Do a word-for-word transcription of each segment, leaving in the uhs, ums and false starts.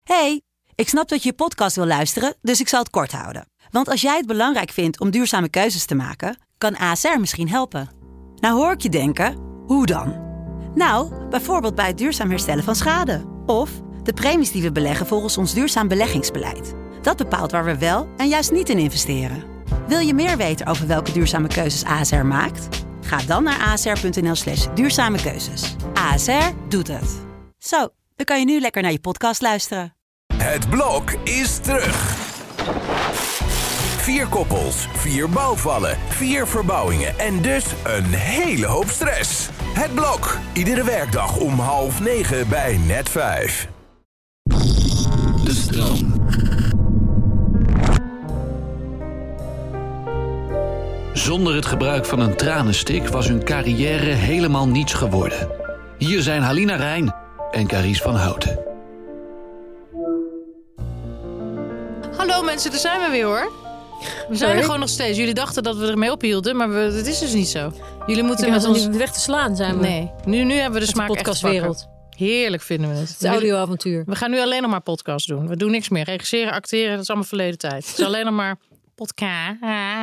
Hey, ik snap dat je je podcast wil luisteren, dus ik zal het kort houden. Want als jij het belangrijk vindt om duurzame keuzes te maken, kan A S R misschien helpen. Nou hoor ik je denken, hoe dan? Nou, bijvoorbeeld bij het duurzaam herstellen van schade. Of de premies die we beleggen volgens ons duurzaam beleggingsbeleid. Dat bepaalt waar we wel en juist niet in investeren. Wil je meer weten over welke duurzame keuzes A S R maakt? Ga dan naar asr.nl slash duurzame keuzes. A S R doet het. Zo, dan kan je nu lekker naar je podcast luisteren. Het blok is terug. Vier koppels, vier bouwvallen, vier verbouwingen en dus een hele hoop stress. Het blok, iedere werkdag om half negen bij Net vijf. De stroom. Zonder het gebruik van een tranenstik was hun carrière helemaal niets geworden. Hier zijn Halina Rijn en Carice van Houten. Hallo mensen, daar zijn we weer hoor. We zijn er gewoon nog steeds. Jullie dachten dat we ermee ophielden, maar we, dat is dus niet zo. Jullie moeten met ons... niet weg te slaan zijn we. Nee, nu, nu hebben we de smaak de podcastwereld. echt heerlijk vinden we het. Het audioavontuur. We gaan nu alleen nog maar podcast doen. We doen niks meer. Regisseren, acteren, dat is allemaal verleden tijd. Het is alleen nog maar podcast.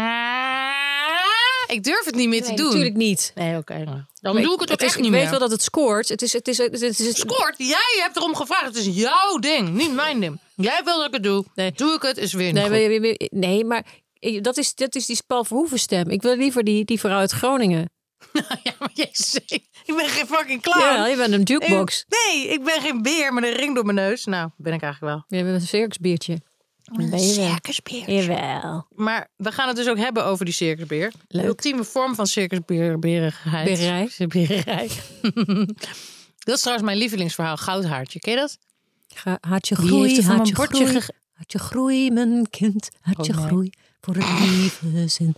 Ik durf het niet meer nee, te doen. Natuurlijk niet. Nee, oké. Okay, nou. Dan maar doe ik het ook het is, echt niet ik meer. Ik weet wel dat het scoort. Het is, het is, het is, het is, Scoort? Jij hebt erom gevraagd. Het is jouw ding, niet mijn ding. Jij wil dat ik het doe. Nee. Doe ik het, is weer niet nee, goed. Maar, nee, maar dat is, dat is die Paul Verhoeven stem. Ik wil liever die, die vrouw uit Groningen. Ja, maar jezus, ik ben geen fucking clown. Ja, je bent een jukebox. Ik, nee, ik ben geen beer met een ring door mijn neus. Nou, ben ik eigenlijk wel. Je bent een circusbeertje. Een circusbeer. Jawel. Maar we gaan het dus ook hebben over die circusbeer. Leuk. De ultieme vorm van circusbeerigheid. Bererij. Bererij. Dat is trouwens mijn lievelingsverhaal, Goudhaartje. Ken je dat? Ga, had je Wie groei, heeft er van had je mijn bordje groei, ge- had je groei, mijn kind, had Oh, je nee. groei voor het lieve zin.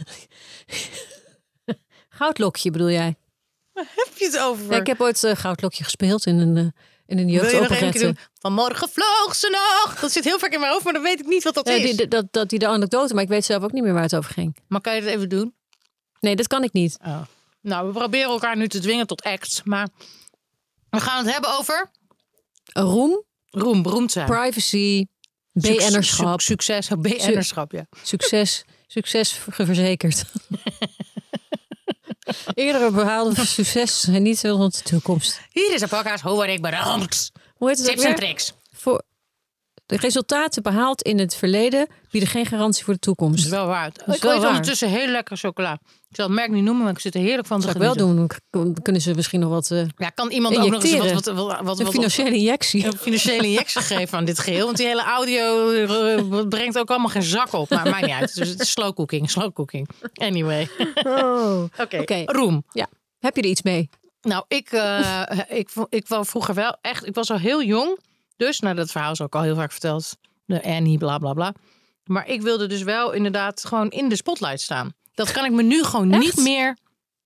Goudlokje bedoel jij? Waar heb je het over? Ja, ik heb ooit uh, Goudlokje gespeeld in een, uh, in een Wil je nog één keer jeugdoperette. doen? Vanmorgen vloog ze nog. Dat zit heel vaak in mijn hoofd, maar dan weet ik niet wat dat Ja, is. die, dat, dat die de anekdote, maar ik weet zelf ook niet meer waar het over ging. Maar kan je dat even doen? Nee, dat kan ik niet. Oh. Nou, we proberen elkaar nu te dwingen tot acts. Maar we gaan het hebben over... Roem, Roem, beroemd zijn. privacy, B N'erschap. Suc- Succes, B N'erschap, ja. Succes, succes verzekerd. Eerdere behaalde succes en niet van de toekomst. Hier is een podcast, hoe word ik beroemd? Hoe heet het ook Tips en weer? tricks. Voor de resultaten behaald in het verleden bieden geen garantie voor de Dat toekomst. is wel waar. is Ik wel weet waar. ondertussen heel lekker chocola. Ik zal het merk niet noemen, maar ik zit er heerlijk van te Dat zou ik wel genieten. doen. Dan kunnen ze misschien nog wat... Uh, Ja, kan iemand ook nog eens Injecteren. wat, wat, wat, wat, een wat financiële injectie. een financiële injectie geven aan dit geheel? Want die hele audio uh, brengt ook allemaal geen zak op. Maar maakt niet uit. Dus het is slow cooking, slow cooking. Anyway. Oh. Oké, okay. Oké. Roem. Ja. Heb je er iets mee? Nou, ik, uh, ik, ik was vroeger wel echt... Ik was al heel jong. Dus, nou, dat verhaal is ook al heel vaak verteld. De Annie, bla, bla, bla. Maar ik wilde dus wel inderdaad gewoon in de spotlight staan. Dat kan ik me nu gewoon Echt? niet meer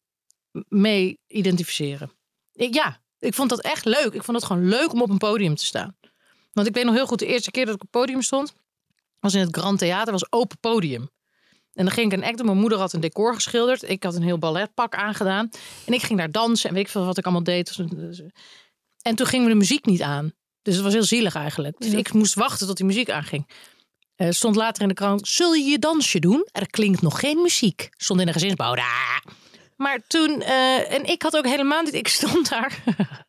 mee identificeren. Ik, ja, ik vond dat echt leuk. Ik vond het gewoon leuk om op een podium te staan. Want ik weet nog heel goed, de eerste keer dat ik op het podium stond... was in het Grand Theater, was open podium. En dan ging ik een act doen. Mijn moeder had een decor geschilderd. Ik had een heel balletpak aangedaan. En ik ging daar dansen en weet ik veel wat ik allemaal deed. En toen ging me de muziek niet aan. Dus het was heel zielig eigenlijk. Dus Ja. ik moest wachten tot die muziek aanging. Uh, stond later in de krant, zul je je dansje doen? Er klinkt nog geen muziek. Stond in een gezinsbouw. Daa. Maar toen, uh, en ik had ook helemaal niet, ik stond daar.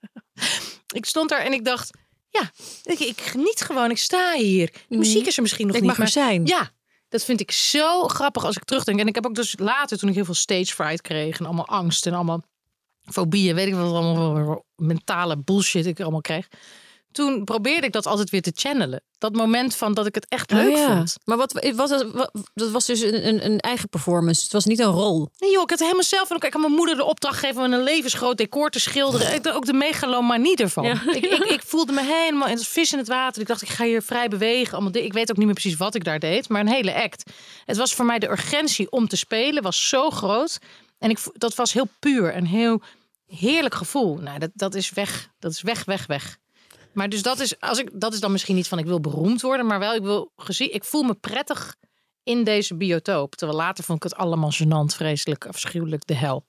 ik stond daar en ik dacht, ja, ik, ik geniet gewoon, ik sta hier. De muziek is er misschien nog Ik niet. mag er maar, zijn. Ja, dat vind ik zo grappig als ik terugdenk. En ik heb ook dus later, toen ik heel veel stage fright kreeg en allemaal angst en allemaal fobieën, weet ik wat allemaal mentale bullshit ik er allemaal kreeg. Toen probeerde ik dat altijd weer te channelen. Dat moment van dat ik het echt leuk Oh, ja. vond. Maar wat, wat, wat, dat was dus een, een, een eigen performance. Het was niet een rol. Nee joh, ik had helemaal zelf... En ook, ik had mijn moeder de opdracht gegeven om een levensgroot decor te schilderen. Ik had ook de megalomanie ervan. Ja. Ik, ik, ik voelde me helemaal in het vis in het water. Ik dacht, ik ga hier vrij bewegen. Allemaal, di- ik weet ook niet meer precies wat ik daar deed. Maar een hele act. Het was voor mij de urgentie om te spelen. Was zo groot. En ik, vo- dat was heel puur. En heel heerlijk gevoel. Nou, dat, dat is weg. Dat is weg, weg, weg. Maar dus dat is, als ik, dat is dan misschien niet van ik wil beroemd worden. Maar wel, ik wil gezien. Ik voel me prettig in deze biotoop. Terwijl later vond ik het allemaal gênant, vreselijk, afschuwelijk, de hel.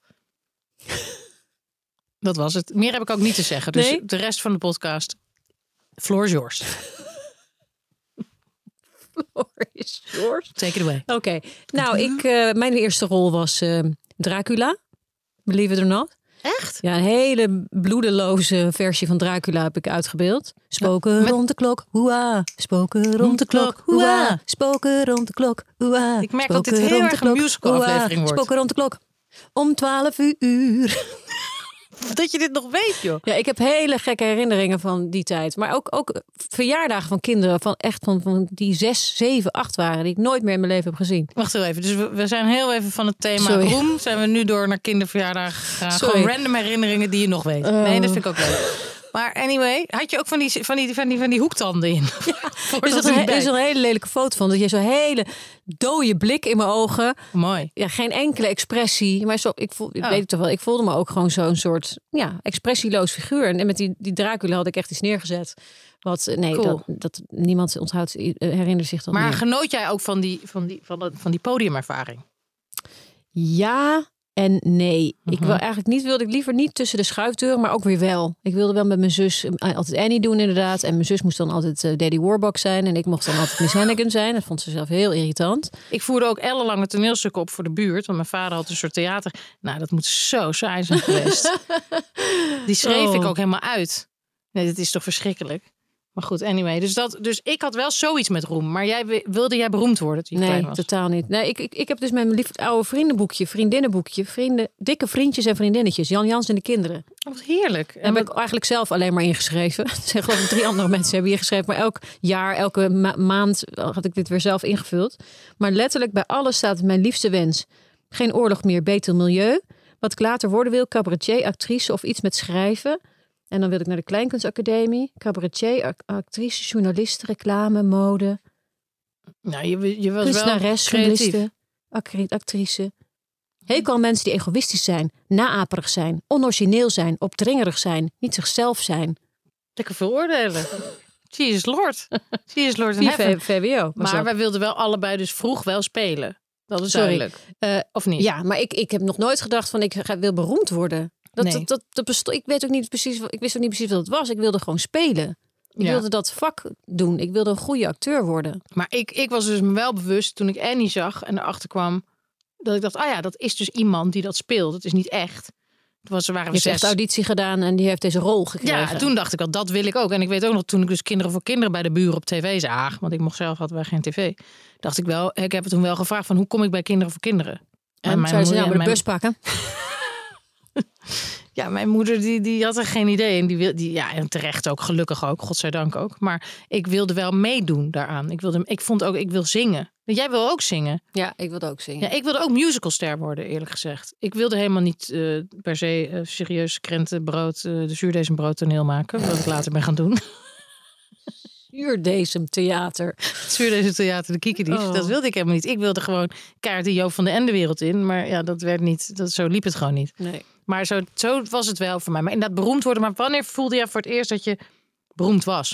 Dat was het. Meer heb ik ook niet te zeggen. Dus Nee? de rest van de podcast, floor is yours. floor is yours. Take it away. Oké, okay. nou, ik, uh, mijn eerste rol was uh, Dracula. Believe it or not. Echt? Ja, een hele bloedeloze versie van Dracula heb ik uitgebeeld. Spoken ja, met... rond de klok, hoera. Spoken rond de klok, hoera. Spoken rond de klok, hoera. Ik merk Spoken dat dit heel erg een musical aflevering wordt. Spoken rond de klok. Om twaalf uur. Dat je dit nog weet, joh. Ja, ik heb hele gekke herinneringen van die tijd. Maar ook, ook verjaardagen van kinderen van echt van, van die zes, zeven, acht waren. Die ik nooit meer in mijn leven heb gezien. Wacht even. Dus we, we zijn heel even van het thema Sorry. roem. Zijn we nu door naar kinderverjaardagen gegaan. Gewoon random herinneringen die je nog weet. Uh. Nee, dat vind ik ook leuk. Maar anyway, had je ook van die, van die, van die, van die hoektanden in? Ja, er is, een, er is een hele lelijke foto van. Dat je zo'n hele dode blik in mijn ogen. Mooi. Ja, geen enkele expressie. Maar zo, ik, voel, ik oh. weet het toch wel. Ik voelde me ook gewoon zo'n soort ja, expressieloos figuur. En met die, die Dracula had ik echt iets neergezet. Wat, nee, cool. dat, dat niemand onthoudt, herinnert zich dat Maar meer. genoot jij ook van die, van die, van de, van die podiumervaring? Ja... En nee, uh-huh. ik wil eigenlijk niet, wilde ik liever niet tussen de schuifdeuren, maar ook weer wel. Ik wilde wel met mijn zus altijd Annie doen inderdaad. En mijn zus moest dan altijd uh, Daddy Warbucks zijn. En ik mocht dan altijd Miss Hannigan zijn. Dat vond ze zelf heel irritant. Ik voerde ook ellenlange toneelstukken op voor de buurt. Want mijn vader had een soort theater. Nou, dat moet zo saai zijn geweest. Die schreef oh. ik ook helemaal uit. Nee, dit is toch verschrikkelijk. Maar goed, anyway. Dus, dat, dus ik had wel zoiets met roem. Maar jij wilde jij beroemd worden toen je nee, klein was? Totaal niet. Nee, ik, ik, ik heb dus met mijn lief oude vriendenboekje, vriendinnenboekje, vrienden, dikke vriendjes en vriendinnetjes. Jan Jans en de kinderen. Oh, wat heerlijk. En heb ik eigenlijk zelf alleen maar ingeschreven. Er zijn geloof ik drie andere mensen hebben ingeschreven. Maar elk jaar, elke ma- maand had ik dit weer zelf ingevuld. Maar letterlijk bij alles staat mijn liefste wens. Geen oorlog meer, beter milieu. Wat ik later worden wil, cabaretier, actrice of iets met schrijven. En dan wilde ik naar de Kleinkunstacademie. Cabaretier, actrice, journalist, reclame, mode. Nou, je, je was kunstenares, wel journaliste, actrice. Hekel aan mensen die egoïstisch zijn, naaperig zijn, onorigineel zijn, opdringerig zijn, niet zichzelf zijn. Lekker veel oordelen. Jesus Lord. Jesus Lord in heaven. V W O. Maar dat. Wij wilden wel allebei dus vroeg wel spelen. Dat is Sorry. duidelijk. Uh, of niet? Ja, maar ik, ik heb nog nooit gedacht van ik ga, wil beroemd worden. Dat, nee. dat, dat, dat bestond, ik weet ook niet precies, ik wist ook niet precies wat het was. Ik wilde gewoon spelen. Ik ja. wilde dat vak doen. Ik wilde een goede acteur worden. Maar ik, ik was dus me wel bewust toen ik Annie zag en erachter kwam dat ik dacht, ah ja, dat is dus iemand die dat speelt. Het is niet echt. Het was, waren we je hebt echt auditie gedaan en die heeft deze rol gekregen. Ja, toen dacht ik al, dat wil ik ook. En ik weet ook nog, toen ik dus Kinderen voor Kinderen bij de buren op tv zag, want ik mocht zelf, hadden wij geen tv, dacht ik wel, ik heb het toen wel gevraagd van hoe kom ik bij Kinderen voor Kinderen? En, en mijn moeder, ze nou met de bus pakken? Ja, mijn moeder die, die had er geen idee. En die wil, die, ja, en terecht ook, gelukkig ook, godzijdank ook. Maar ik wilde wel meedoen daaraan. Ik, wilde, ik vond ook, ik wil zingen. Jij wil ook zingen. Ja, ik wilde ook zingen. Ja, ik wilde ook musicalster worden, eerlijk gezegd. Ik wilde helemaal niet uh, per se uh, serieus krentenbrood, uh, de zuurdesembrood toneel maken. Wat ik later ben gaan doen. Zuurdesem-theater. Het Zuurdesem-theater, de Kiekendief. Oh. Dat wilde ik helemaal niet. Ik wilde gewoon kaart die Joop van de Ende wereld in. Maar ja, dat werd niet. Dat, zo liep het gewoon niet. Nee. Maar zo, zo was het wel voor mij. Maar inderdaad beroemd worden. Maar wanneer voelde je voor het eerst dat je beroemd was?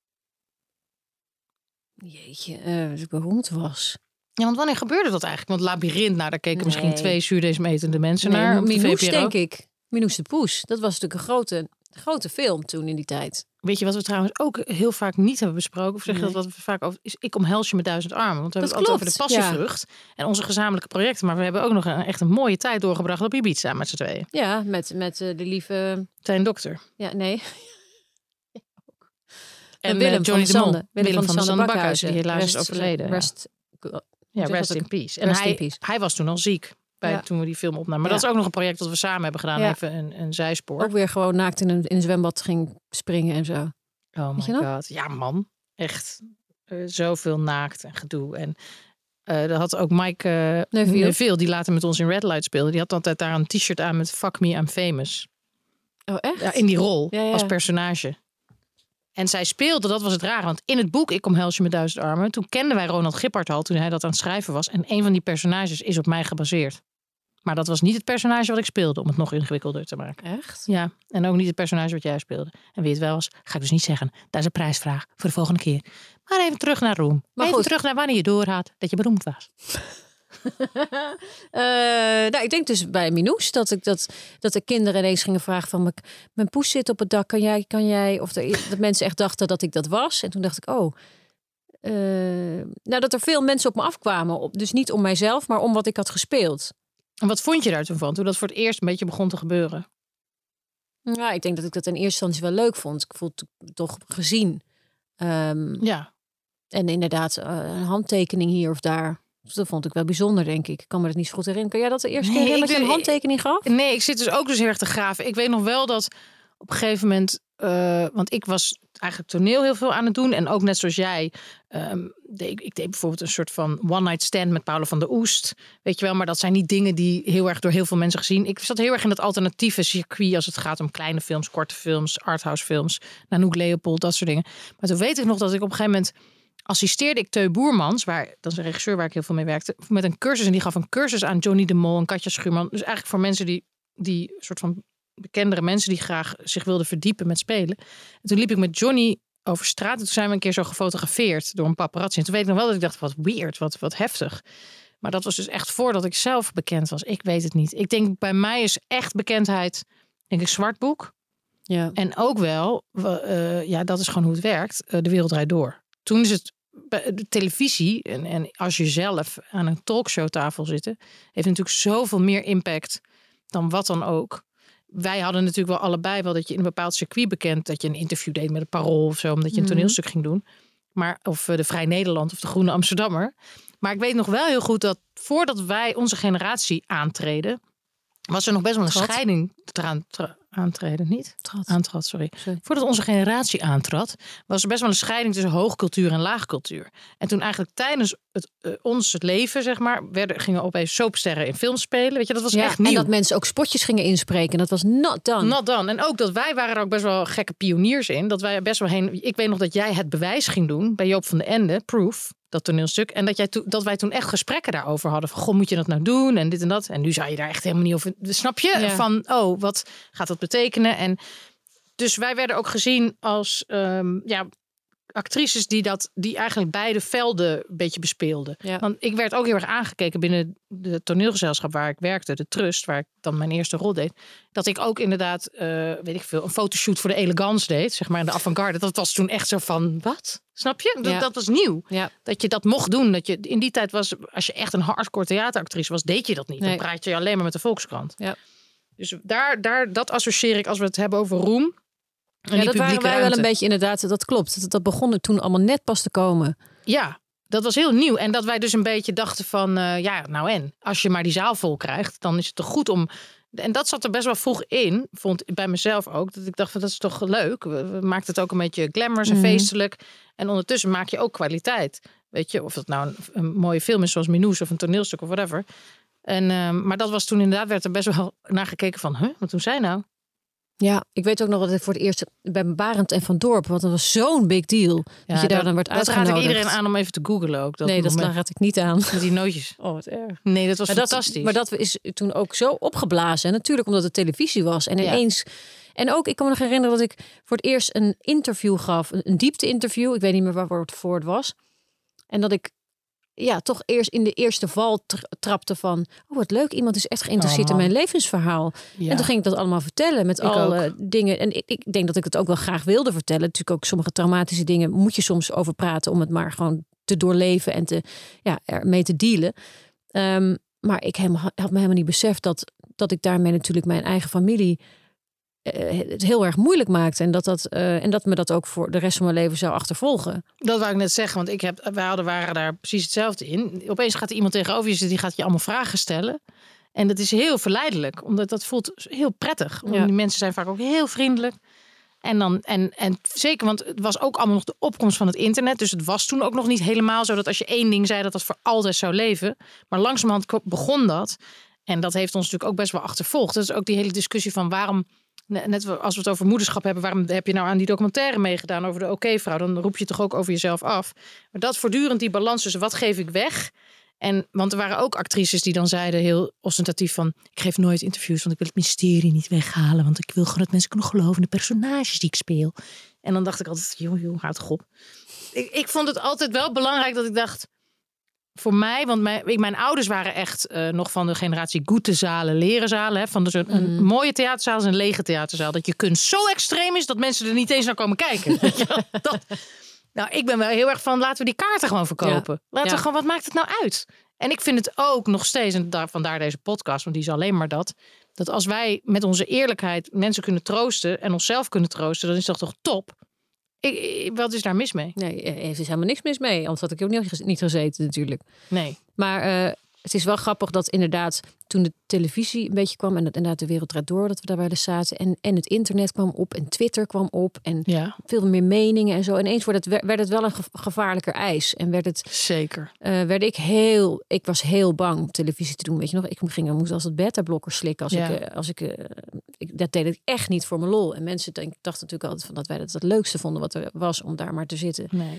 Jeetje, uh, dat ik beroemd was. Ja, want wanneer gebeurde dat eigenlijk? Want Labyrinth, nou, daar keken nee. misschien twee zuurdesem-etende mensen nee, naar. Minoes, denk ik. Minoes de Poes. Dat was natuurlijk een grote, grote film toen in die tijd. Weet je wat we trouwens ook heel vaak niet hebben besproken? Of zeggen nee. dat wat we vaak over is, ik omhels je met duizend armen. Want we hebben het altijd over de passievrucht ja. en onze gezamenlijke projecten. Maar we hebben ook nog een, echt een mooie tijd doorgebracht op Ibiza met z'n tweeën. Ja, met, met uh, de lieve... Zijn dokter. Ja, nee. Ja, ook. En Willem Johnny van de Mol. Willem, Willem van de Sande Bakhuizen, die helaas is overleden. Rest, ja, ja rest in peace. En rest hij, in peace. hij was toen al ziek. Bij, ja. Toen we die film opnamen. Maar ja. dat is ook nog een project dat we samen hebben gedaan. Ja. Even een, een zijspoor. Ook weer gewoon naakt in een, in een zwembad ging springen en zo. Oh my god. Ja man. Echt. Uh, zoveel naakt en gedoe. En uh, dat had ook Mike uh, Neville. Neville, die later met ons in Red Light speelde. Die had altijd daar een t-shirt aan met Fuck Me, I'm Famous. Oh echt? Ja, in die rol. Ja, ja. Als personage. En zij speelde, dat was het rare. Want in het boek Ik omhels je met duizend armen. Toen kenden wij Ronald Gippard al. Toen hij dat aan het schrijven was. En een van die personages is op mij gebaseerd. Maar dat was niet het personage wat ik speelde. Om het nog ingewikkelder te maken. Echt? Ja. En ook niet het personage wat jij speelde. En wie het wel was, ga ik dus niet zeggen. Dat is een prijsvraag voor de volgende keer. Maar even terug naar Roem. Maar even goed. Terug naar wanneer je doorhad dat je beroemd was. uh, nou, ik denk dus bij Minoes dat ik dat, dat de kinderen ineens gingen vragen van mijn poes zit op het dak, kan jij, kan jij? Of er, dat mensen echt dachten dat ik dat was. En toen dacht ik, oh, nou, dat er veel mensen op me afkwamen. Op, dus niet om mijzelf, maar om wat ik had gespeeld. En wat vond je daar toen van? Toen dat voor het eerst een beetje begon te gebeuren? Ja, ik denk dat ik dat in eerste instantie wel leuk vond. Ik voelde het toch gezien. Um, ja. En inderdaad, uh, een handtekening hier of daar. Dus dat vond ik wel bijzonder, denk ik. Ik kan me dat niet zo goed herinneren. Kan jij dat de eerste nee, keer dat je een handtekening gaf? Nee, ik zit dus ook dus heel erg te graven. Ik weet nog wel dat op een gegeven moment... Uh, want ik was eigenlijk toneel heel veel aan het doen. En ook net zoals jij. Um, deed, ik, ik deed bijvoorbeeld een soort van one night stand met Paula van der Oest. Weet je wel, maar dat zijn niet dingen die heel erg door heel veel mensen gezien. Ik zat heel erg in dat alternatieve circuit als het gaat om kleine films, korte films, arthouse films. Nanook Leopold, dat soort dingen. Maar toen weet ik nog dat ik op een gegeven moment assisteerde ik Teu Boermans, waar, dat is een regisseur waar ik heel veel mee werkte, met een cursus. En die gaf een cursus aan Johnny de Mol en Katja Schuurman. Dus eigenlijk voor mensen die, die soort van bekendere mensen die graag zich wilden verdiepen met spelen. En toen liep ik met Johnny over straat. En toen zijn we een keer zo gefotografeerd door een paparazzi. En toen weet ik nog wel dat ik dacht, wat weird, wat, wat heftig. Maar dat was dus echt voordat ik zelf bekend was. Ik weet het niet. Ik denk, bij mij is echt bekendheid, denk ik, Zwartboek. Ja. En ook wel, uh, ja, dat is gewoon hoe het werkt. Uh, De Wereld Draait Door. Toen is het de televisie, en, en als je zelf aan een talkshowtafel zitten, heeft natuurlijk zoveel meer impact dan wat dan ook. Wij hadden natuurlijk wel allebei wel dat je in een bepaald circuit bekend, dat je een interview deed met een Parool of zo, omdat je een toneelstuk ging doen. Maar, of de Vrij Nederland of de Groene Amsterdammer. Maar ik weet nog wel heel goed dat voordat wij onze generatie aantreden, was er nog best wel een Trad. scheiding traan, tra, aantreden, niet? Trad. Aantrad, sorry. sorry. Voordat onze generatie aantrad, was er best wel een scheiding tussen hoogcultuur en laagcultuur. En toen eigenlijk tijdens het, uh, ons leven, zeg maar, werden, gingen opeens soapsterren in films spelen. Weet je, dat was ja, echt nieuw. En dat mensen ook spotjes gingen inspreken. Dat was not done. Not done. En ook dat wij waren er ook best wel gekke pioniers in. Dat wij best wel heen. Ik weet nog dat jij Het Bewijs ging doen bij Joop van den Ende, Proof. Dat toneelstuk. En dat, jij to, dat wij toen echt gesprekken daarover hadden. Van, goh, moet je dat nou doen? En dit en dat. En nu zou je daar echt helemaal niet over... Snap je? Ja. Van, oh, wat gaat dat betekenen? En dus wij werden ook gezien als um, ja, actrices die, dat, die eigenlijk beide velden een beetje bespeelden. Ja. Want ik werd ook heel erg aangekeken binnen de toneelgezelschap waar ik werkte. De Trust, waar ik dan mijn eerste rol deed. Dat ik ook inderdaad, uh, weet ik veel, een fotoshoot voor de Elegance deed. Zeg maar in de avant-garde. Dat was toen echt zo van, wat? Snap je? Dat, ja. dat was nieuw. Ja. Dat je dat mocht doen. Dat je, in die tijd was, als je echt een hardcore theateractrice was, deed je dat niet. Nee. Dan praat je alleen maar met de Volkskrant. Ja. Dus daar, daar, dat associeer ik als we het hebben over roem. Ja, dat waren wij wel een beetje inderdaad, dat klopt. Dat, dat begon toen allemaal net pas te komen. Ja, dat was heel nieuw. En dat wij dus een beetje dachten van, uh, ja, nou en. Als je maar die zaal vol krijgt, dan is het toch goed om... En dat zat er best wel vroeg in, vond ik bij mezelf ook. Dat ik dacht van, dat is toch leuk. We, we maakten het ook een beetje glamorous en mm. feestelijk. En ondertussen maak je ook kwaliteit. Weet je, of dat nou een, een mooie film is zoals Minoes of een toneelstuk of whatever. En, um, maar dat was toen inderdaad, werd er best wel naar gekeken van, huh, wat doen zij nou? Ja, ik weet ook nog dat ik voor het eerst bij Barend en Van Dorp, want dat was zo'n big deal. Ja, dat je daar dan werd uitgenodigd. Dat raad ik iedereen aan om even te googlen ook. Dat nee, dat raad ik niet aan. Met die nootjes. Oh, wat erg. Nee, dat was maar fantastisch. Dat, maar dat is toen ook zo opgeblazen. En natuurlijk omdat het televisie was. En ineens... Ja. En ook, ik kan me nog herinneren dat ik voor het eerst een interview gaf. Een diepte-interview. Ik weet niet meer waarvoor het was. En dat ik ja, toch eerst in de eerste val tra- trapte van... oh, wat leuk, iemand is echt geïnteresseerd oh, in mijn levensverhaal. Ja. En toen ging ik dat allemaal vertellen met ik alle ook. dingen. En ik, ik denk dat ik het ook wel graag wilde vertellen. Natuurlijk ook sommige traumatische dingen moet je soms over praten... om het maar gewoon te doorleven en te, ja, ermee te dealen. Um, maar ik hem, had me helemaal niet beseft dat, dat ik daarmee natuurlijk mijn eigen familie... het heel erg moeilijk maakt. En dat, dat, uh, en dat me dat ook voor de rest van mijn leven zou achtervolgen. Dat wou ik net zeggen. Want ik heb, wij hadden, waren daar precies hetzelfde in. Opeens gaat er iemand tegenover je zitten. Die gaat je allemaal vragen stellen. En dat is heel verleidelijk. Omdat dat voelt heel prettig. Ja. Die mensen zijn vaak ook heel vriendelijk. En, dan, en, en zeker, want het was ook allemaal nog de opkomst van het internet. Dus het was toen ook nog niet helemaal zo dat als je één ding zei... dat dat voor altijd zou leven. Maar langzamerhand begon dat. En dat heeft ons natuurlijk ook best wel achtervolgd. Dat is ook die hele discussie van waarom... Net als we het over moederschap hebben, waarom heb je nou aan die documentaire meegedaan over de oké-vrouw? Dan roep je toch ook over jezelf af. Maar dat voortdurend die balans tussen wat geef ik weg? En, want er waren ook actrices die dan zeiden heel ostentatief van... ik geef nooit interviews, want ik wil het mysterie niet weghalen. Want ik wil gewoon dat mensen kunnen geloven in de personages die ik speel. En dan dacht ik altijd, joh, joh, houd toch op. Ik, ik vond het altijd wel belangrijk dat ik dacht... Voor mij, want mijn, ik, mijn ouders waren echt uh, nog van de generatie goetezalen, lerenzalen. Hè, van dus een, een mm. mooie theaterzaal is een lege theaterzaal. Dat je kunst zo extreem is dat mensen er niet eens naar komen kijken. dat, Nou, ik ben wel heel erg van, laten we die kaarten gewoon verkopen. Ja. Laten Ja. we gewoon, wat maakt het nou uit? En ik vind het ook nog steeds, en daar, vandaar deze podcast, want die is alleen maar dat, dat als wij met onze eerlijkheid mensen kunnen troosten en onszelf kunnen troosten, dan is dat toch top? Ik, ik, wat is daar mis mee? Nee, er is helemaal niks mis mee. Anders had ik ook niet, niet gezeten natuurlijk. Nee. Maar uh, het is wel grappig dat inderdaad toen de televisie een beetje kwam en dat inderdaad de wereld draait door, dat we daar bij de zaten. En, en het internet kwam op en Twitter kwam op en ja. veel meer meningen en zo. En ineens werd het, werd het wel een gevaarlijker ijs. En werd het... Zeker. Uh, werd ik heel... Ik was heel bang om televisie te doen. Weet je nog? Ik ging moest als het beta-blokker slikken. Als ja. ik... Uh, als ik, uh, ik dat deed ik echt niet voor mijn lol. En mensen denk, dachten natuurlijk altijd van dat wij dat het leukste vonden wat er was om daar maar te zitten. Nee.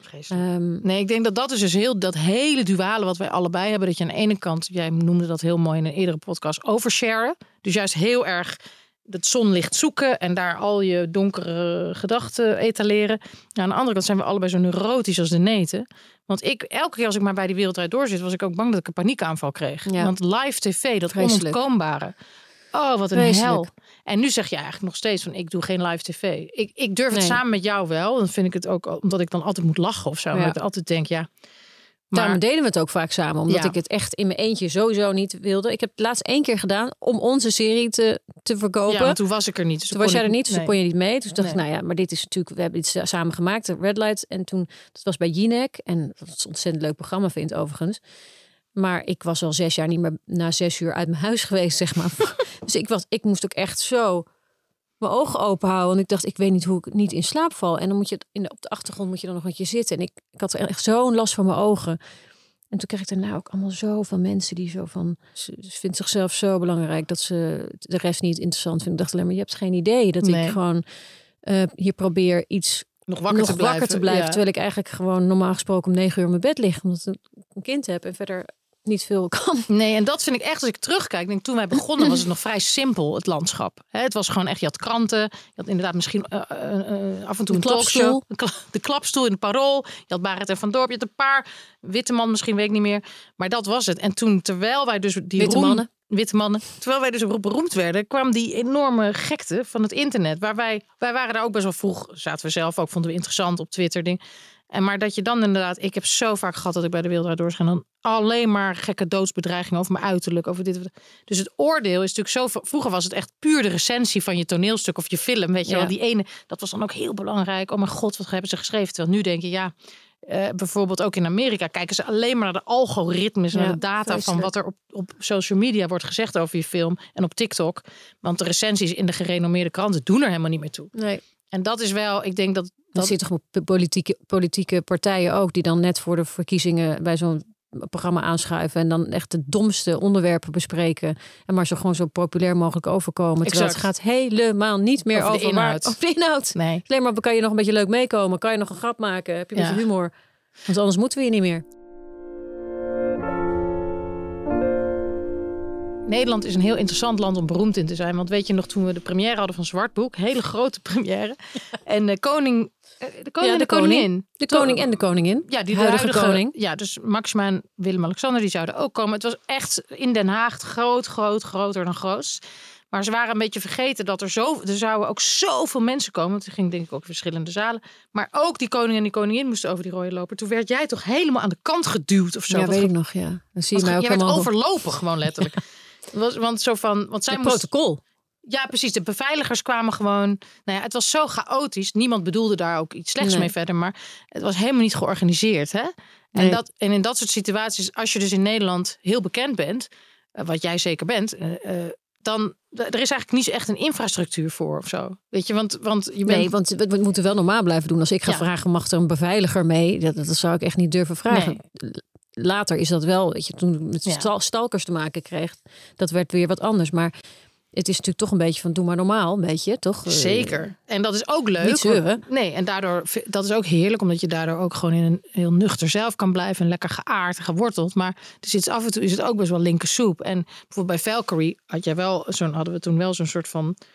Um, nee, ik denk dat dat is dus heel dat hele duale wat wij allebei hebben. Dat je aan de ene kant, jij noemde dat heel mooi in een eerdere podcast, oversharen. Dus juist heel erg het zonlicht zoeken en daar al je donkere gedachten etaleren. Nou, aan de andere kant zijn we allebei zo neurotisch als de neten. Want ik, elke keer als ik maar bij die wereld draait door zit, was ik ook bang dat ik een paniekaanval kreeg. Ja. Want live tv, dat Vreselijk. Onontkoombare. Oh, wat een Vreselijk. hel. En nu zeg je eigenlijk nog steeds van, ik doe geen live tv. Ik, ik durf het nee. samen met jou wel. Dan vind ik het ook, omdat ik dan altijd moet lachen of zo. Ja. Omdat ik altijd denk, ja. Maar... Daarom deden we het ook vaak samen. Omdat ja. ik het echt in mijn eentje sowieso niet wilde. Ik heb het laatst één keer gedaan om onze serie te, te verkopen. Ja, want toen was ik er niet. Dus toen was jij er niet, dus nee. toen kon je niet mee. Dus dacht nee. ik, nou ja, maar dit is natuurlijk... We hebben dit samen gemaakt, de Red Light. En toen, dat was bij Jinek. En dat is een ontzettend leuk programma, vind ik overigens. Maar ik was al zes jaar niet meer na zes uur uit mijn huis geweest, zeg maar. Dus ik, was, ik moest ook echt zo mijn ogen open houden. Want ik dacht, ik weet niet hoe ik niet in slaap val. En dan moet je in de, op de achtergrond moet je dan nog een keer zitten. En ik, ik had echt zo'n last van mijn ogen. En toen kreeg ik daarna ook allemaal zoveel mensen die zo van... Ze vindt zichzelf zo belangrijk dat ze de rest niet interessant vindt. Ik dacht alleen maar, je hebt geen idee dat nee. ik gewoon uh, hier probeer iets... Nog wakker, nog te, blijven. wakker te blijven. Ja. Terwijl ik eigenlijk gewoon normaal gesproken om negen uur in mijn bed lig. Omdat ik een kind heb en verder niet veel kan. Nee, en dat vind ik echt, als ik terugkijk, denk toen wij begonnen was het nog vrij simpel, het landschap. He, het was gewoon echt, je had kranten, je had inderdaad misschien uh, uh, uh, af en toe de een talkshow. De klapstoel in het Parool, je had Barend en Van Dorp, je had een paar, Witteman misschien, weet ik niet meer. Maar dat was het. En toen, terwijl wij dus die Witte roem, mannen. Witte mannen. Terwijl wij dus beroemd werden, kwam die enorme gekte van het internet. Waar wij, wij waren daar ook best wel vroeg, zaten we zelf ook, vonden we interessant op Twitter ding. En maar dat je dan inderdaad, ik heb zo vaak gehad dat ik bij de Wereld Draait Door ga, dan alleen maar gekke doodsbedreigingen over mijn uiterlijk, over dit. Dus het oordeel is natuurlijk zo. Vroeger was het echt puur de recensie van je toneelstuk of je film, weet je ja. wel. Die ene, dat was dan ook heel belangrijk. Oh mijn god, wat hebben ze geschreven? Terwijl nu denk je, ja, uh, bijvoorbeeld ook in Amerika kijken ze alleen maar naar de algoritmes, ja, naar de data vreselijk. Van wat er op, op social media wordt gezegd over je film en op TikTok. Want de recensies in de gerenommeerde kranten doen er helemaal niet meer toe. Nee. En dat is wel, ik denk dat... Dat, dat zit toch op politieke, politieke partijen ook, die dan net voor de verkiezingen bij zo'n programma aanschuiven en dan echt de domste onderwerpen bespreken en maar zo gewoon zo populair mogelijk overkomen. Terwijl exact. Het gaat helemaal niet meer over, over de inhoud. Waar, over de inhoud. Nee. Alleen maar kan je nog een beetje leuk meekomen, kan je nog een grap maken, heb je een ja. beetje humor. Want anders moeten we hier niet meer. Nederland is een heel interessant land om beroemd in te zijn. Want weet je nog, toen we de première hadden van Zwartboek, hele grote première. En de koning, de koning ja, en de, de koning, koningin. De koning en de koningin. Ja, die de huidige, huidige koning. Ja, dus Maxima en Willem-Alexander, die zouden ook komen. Het was echt in Den Haag groot, groot, groter dan grootst. Maar ze waren een beetje vergeten dat er zo... Er zouden ook zoveel mensen komen. Want er ging denk ik ook verschillende zalen. Maar ook die koning en die koningin moesten over die rode loper. Toen werd jij toch helemaal aan de kant geduwd of zo. Ja, wat weet ge... ik nog, ja. Dan zie je mij ook jij werd helemaal... overlopen gewoon letterlijk. Was, want zo van... Want zij het moest... protocol. Ja, precies. De beveiligers kwamen gewoon... Nou ja, het was zo chaotisch. Niemand bedoelde daar ook iets slechts nee. mee verder. Maar het was helemaal niet georganiseerd, hè? En, nee. dat, en in dat soort situaties, als je dus in Nederland heel bekend bent... Wat jij zeker bent... Uh, uh, dan er is eigenlijk niet echt een infrastructuur voor of zo. Weet je, want, want je bent... Nee, want we, we moeten wel normaal blijven doen. Als ik ga ja. vragen, mag er een beveiliger mee? Dat, dat zou ik echt niet durven vragen. Nee. Later is dat wel, weet je, toen ik met ja. stalkers te maken kreeg, dat werd weer wat anders. Maar het is natuurlijk toch een beetje van doe maar normaal, een beetje, toch? Zeker. En dat is ook leuk. Niet zeuren. Nee, en daardoor, dat is ook heerlijk, omdat je daardoor ook gewoon in een heel nuchter zelf kan blijven en lekker geaard en geworteld. Maar er zit af en toe is het ook best wel linker soep. En bijvoorbeeld bij Valkyrie had jij wel zo'n, hadden we toen wel zo'n soort van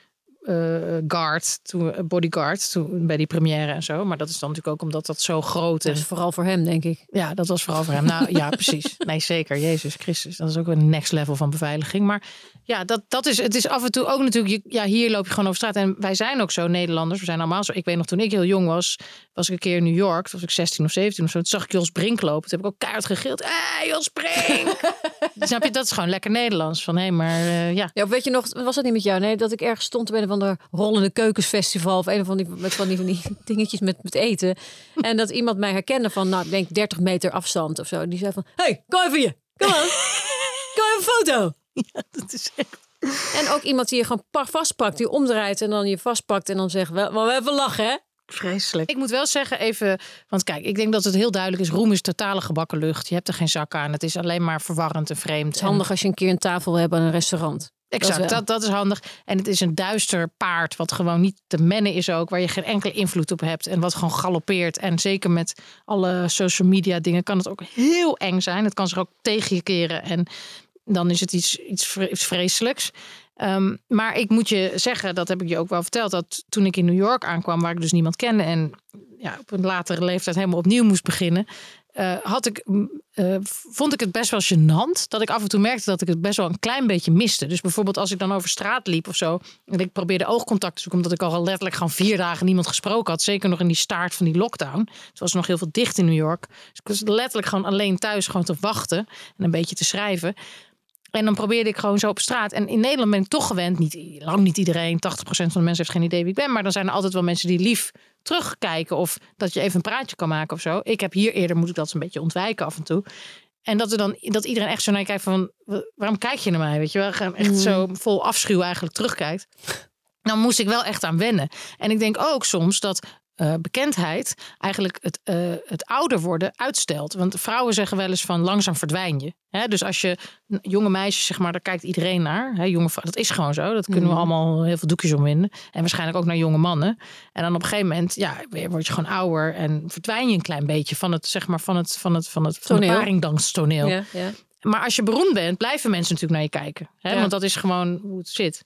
uh, guard, toen, bodyguard, toen, bij die première en zo. Maar dat is dan natuurlijk ook omdat dat zo groot is. Dat is vooral voor hem, denk ik. Ja, dat was vooral voor hem. Nou ja, precies. Nee, zeker. Jezus Christus. Dat is ook een next level van beveiliging. Maar ja, dat, dat is, het is af en toe ook natuurlijk... Ja, hier loop je gewoon over straat. En wij zijn ook zo Nederlanders. We zijn allemaal zo. Ik weet nog, toen ik heel jong was, was ik een keer in New York. Toen was ik zestien of zeventien of zo. Toen zag ik Jos Brink lopen. Toen heb ik ook keihard gegild. Hé, hey, Jos Brink! Snap je? Dat is gewoon lekker Nederlands. Van hé, hey, maar uh, ja. Ja, weet je nog, was dat niet met jou? Nee, dat ik ergens stond bij een van de rollende keukensfestival of een van die, met van die, van die dingetjes met, met eten. En dat iemand mij herkende van, nou, ik denk dertig meter afstand of zo. Die zei van, hé, hey, kom even hier. Kom aan. Kom even een foto. Ja, dat is echt... En ook iemand die je gewoon vastpakt, die omdraait en dan je vastpakt en dan zegt, wel, maar we even lachen, hè? Vreselijk. Ik moet wel zeggen even, want kijk, ik denk dat het heel duidelijk is, roem is totale gebakken lucht. Je hebt er geen zak aan. Het is alleen maar verwarrend en vreemd. Het is handig als je een keer een tafel hebt aan een restaurant. Exact, dat, dat, dat is handig. En het is een duister paard wat gewoon niet te mennen is ook, waar je geen enkele invloed op hebt en wat gewoon galoppeert. En zeker met alle social media dingen kan het ook heel eng zijn. Het kan zich ook tegen je keren en dan is het iets, iets vreselijks. Um, maar ik moet je zeggen, dat heb ik je ook wel verteld, dat toen ik in New York aankwam, waar ik dus niemand kende en ja, op een latere leeftijd helemaal opnieuw moest beginnen, uh, had ik, uh, vond ik het best wel gênant dat ik af en toe merkte dat ik het best wel een klein beetje miste. Dus bijvoorbeeld als ik dan over straat liep of zo en ik probeerde oogcontact te zoeken, omdat ik al letterlijk gewoon vier dagen niemand gesproken had, zeker nog in die staart van die lockdown. Het was nog heel veel dicht in New York. Dus ik was letterlijk gewoon alleen thuis gewoon te wachten en een beetje te schrijven. En dan probeerde ik gewoon zo op straat. En in Nederland ben ik toch gewend. Niet, lang niet iedereen. tachtig procent van de mensen heeft geen idee wie ik ben. Maar dan zijn er altijd wel mensen die lief terugkijken. Of dat je even een praatje kan maken of zo. Ik heb hier eerder, moet ik dat een beetje ontwijken af en toe. En dat, er dan, dat iedereen echt zo naar je kijkt van, waarom kijk je naar mij? Weet je wel, gewoon echt zo vol afschuw eigenlijk terugkijkt. Dan moest ik wel echt aan wennen. En ik denk ook soms dat Uh, bekendheid eigenlijk het, uh, het ouder worden uitstelt. Want vrouwen zeggen wel eens van langzaam verdwijn je. Hè? Dus als je jonge meisjes, zeg maar, daar kijkt iedereen naar. Hè? Jonge, dat is gewoon zo. Dat kunnen we mm. allemaal heel veel doekjes omwinden. En waarschijnlijk ook naar jonge mannen. En dan op een gegeven moment, ja, word je gewoon ouder en verdwijn je een klein beetje van het, zeg maar, van het, van het, van het, van het paringdanstoneel. Ja, ja. Maar als je beroemd bent, blijven mensen natuurlijk naar je kijken. Hè? Ja. Want dat is gewoon hoe het zit.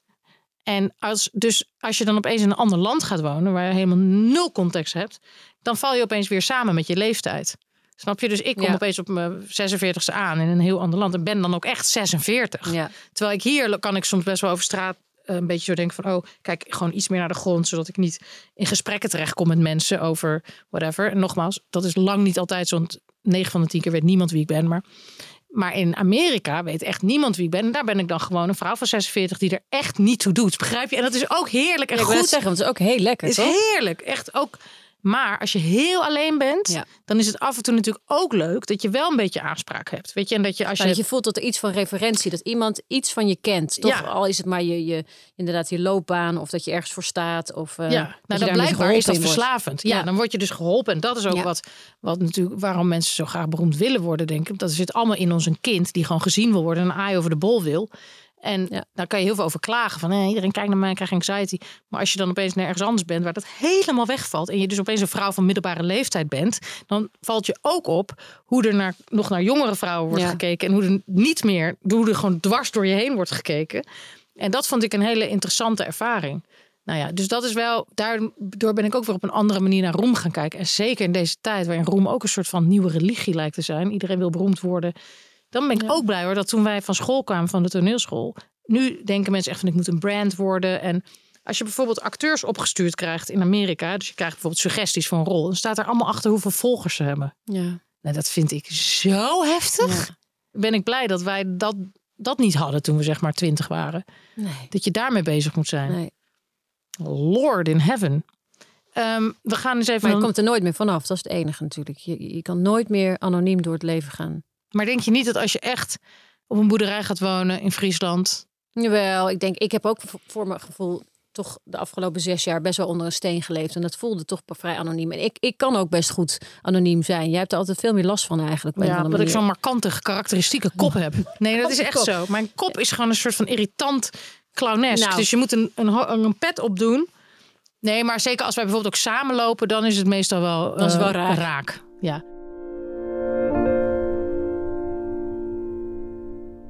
En als, dus als je dan opeens in een ander land gaat wonen, waar je helemaal nul context hebt, dan val je opeens weer samen met je leeftijd. Snap je? Dus ik kom ja. opeens op mijn zesenveertigste aan in een heel ander land en ben dan ook echt zesenveertig. Ja. Terwijl ik hier kan ik soms best wel over straat een beetje zo denken van, oh, kijk, gewoon iets meer naar de grond, zodat ik niet in gesprekken terechtkom met mensen over whatever. En nogmaals, dat is lang niet altijd zo, want negen van de tien keer weet niemand wie ik ben, maar... Maar in Amerika weet echt niemand wie ik ben. En daar ben ik dan gewoon een vrouw van zesenveertig die er echt niet toe doet. Begrijp je? En dat is ook heerlijk en ja, ik goed. Ik wil zeggen, want het is ook heel lekker, Het is toch? heerlijk. Echt ook. Maar als je heel alleen bent, ja. dan is het af en toe natuurlijk ook leuk dat je wel een beetje aanspraak hebt. Weet je, en dat je als je, dat je voelt dat er iets van referentie, dat iemand iets van je kent. Toch? Ja. Al is het maar je, je inderdaad je loopbaan of dat je ergens voor staat. Of, uh, ja, nou dan blijkbaar is dat verslavend. Ja. ja, dan word je dus geholpen. En dat is ook ja. wat, wat natuurlijk waarom mensen zo graag beroemd willen worden, denk ik. Dat zit allemaal in ons een kind die gewoon gezien wil worden en een aai over de bol wil. En ja. daar kan je heel veel over klagen. Van, hé, iedereen kijkt naar mij, ik krijg anxiety. Maar als je dan opeens nergens anders bent, waar dat helemaal wegvalt, en je dus opeens een vrouw van middelbare leeftijd bent, dan valt je ook op hoe er naar, nog naar jongere vrouwen wordt ja. gekeken. En hoe er niet meer, hoe er gewoon dwars door je heen wordt gekeken. En dat vond ik een hele interessante ervaring. Nou ja, dus dat is wel, daardoor ben ik ook weer op een andere manier naar roem gaan kijken. En zeker in deze tijd, waarin roem ook een soort van nieuwe religie lijkt te zijn. Iedereen wil beroemd worden. Dan ben ik ja. ook blij hoor, dat toen wij van school kwamen, van de toneelschool. Nu denken mensen echt van, ik moet een brand worden. En als je bijvoorbeeld acteurs opgestuurd krijgt in Amerika, dus je krijgt bijvoorbeeld suggesties voor een rol, dan staat er allemaal achter hoeveel volgers ze hebben. Ja. Nou, dat vind ik zo heftig. Ja. Ben ik blij dat wij dat, dat niet hadden toen we zeg maar twintig waren. Nee. Dat je daarmee bezig moet zijn. Nee. Lord in heaven. Um, we gaan eens even. Maar je dan... komt er nooit meer vanaf, dat is het enige natuurlijk. Je, je kan nooit meer anoniem door het leven gaan. Maar denk je niet dat als je echt op een boerderij gaat wonen in Friesland? Jawel, ik denk, ik heb ook voor mijn gevoel toch de afgelopen zes jaar best wel onder een steen geleefd. En dat voelde toch vrij anoniem. En ik, ik kan ook best goed anoniem zijn. Jij hebt er altijd veel meer last van eigenlijk. Ja, dat ik zo'n markante, karakteristieke kop heb. Nee, dat is echt zo. Mijn kop is gewoon een soort van irritant clownesk. Nou. Dus je moet een, een, een pet opdoen. Nee, maar zeker als wij bijvoorbeeld ook samenlopen, dan is het meestal wel, dat is wel uh, raak. raak. Ja.